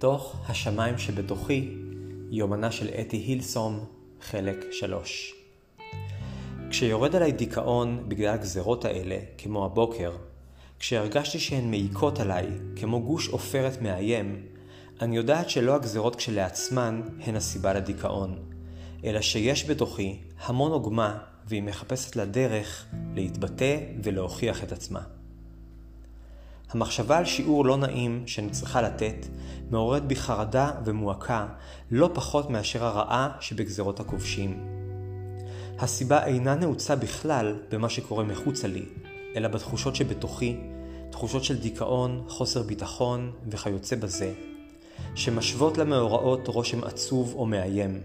מתוך השמיים שבתוכי, יומנה של אתי הילסום, חלק 3. כשיורד עליי דיכאון בגלל הגזרות האלה, כמו הבוקר, כשהרגשתי שהן מעיקות עליי, כמו גוש עופרת מאיים, אני יודעת שלא הגזרות כשלעצמן הן הסיבה לדיכאון, אלא שיש בתוכי המון עוגמה והיא מחפשת לדרך להתבטא ולהוכיח את עצמה. המחשבה על שיעור לא נעים שאני צריכה לתת מעוררת בי חרדה ומועקה לא פחות מאשר הרעה שבגזרות הכובשים. הסיבה אינה נעוצה בכלל במה שקורה מחוצה לי, אלא בתחושות שבתוכי, תחושות של דיכאון, חוסר ביטחון וכיוצא בזה, שמשוות למאורעות רושם עצוב או מאיים.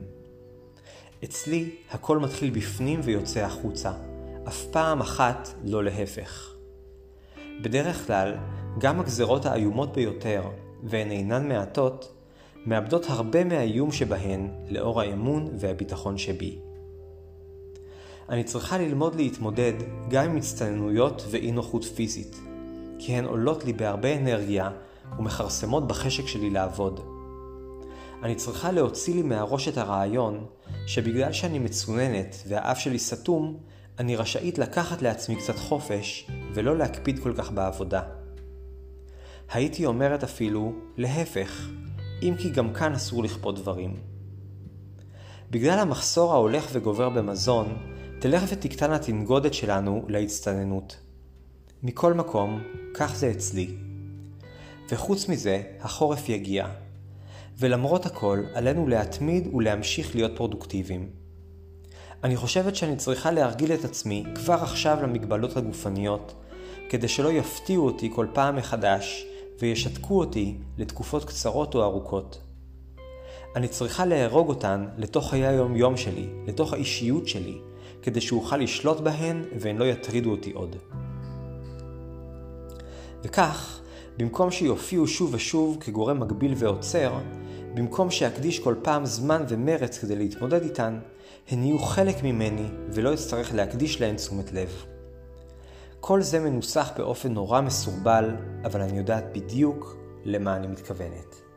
אצלי הכל מתחיל בפנים ויוצא החוצה, אף פעם אחת לא להפך. בדרך כלל, גם הגזרות האיומות ביותר, והן אינן מעטות, מאבדות הרבה מהאיום שבהן לאור האמון והביטחון שבי. אני צריכה ללמוד להתמודד גם עם הצטננויות ואי נוחות פיזית, כי הן עולות לי בהרבה אנרגיה ומחרסמות בחשק שלי לעבוד. אני צריכה להוציא לי מהראש את הרעיון שבגלל שאני מצוננת והאף שלי סתום, אני רשאית לקחת לעצמי קצת חופש ולא להקפיד כל כך בעבודה. הייתי אומרת אפילו להפך, אם כי גם כאן אסור לכפות דברים. בגלל המחסור ההולך וגובר במזון, תלך ותקטן התנגודת שלנו להצטננות. מכל מקום, כך זה אצלי. וחוץ מזה, החורף יגיע. ולמרות הכל, עלינו להתמיד ולהמשיך להיות פרודוקטיביים. אני חושבת שאני צריכה להרגיל את עצמי כבר עכשיו למגבלות הגופניות, כדי שלא יפתיעו אותי כל פעם מחדש וישתקו אותי לתקופות קצרות או ארוכות. אני צריכה להרוג אותן לתוך חיי היום-יום שלי, לתוך האישיות שלי, כדי שאוכל לשלוט בהן והן לא יטרידו אותי עוד. וכך, במקום שיופיעו שוב ושוב כגורם מגביל ועוצר, במקום שאקדיש כל פעם זמן ומרץ כדי להתמודד איתן, הן יהיו חלק ממני ולא אצטרך להקדיש להן תשומת לב. כל זה מנוסח באופן נורא מסורבל, אבל אני יודעת בדיוק למה אני מתכוונת.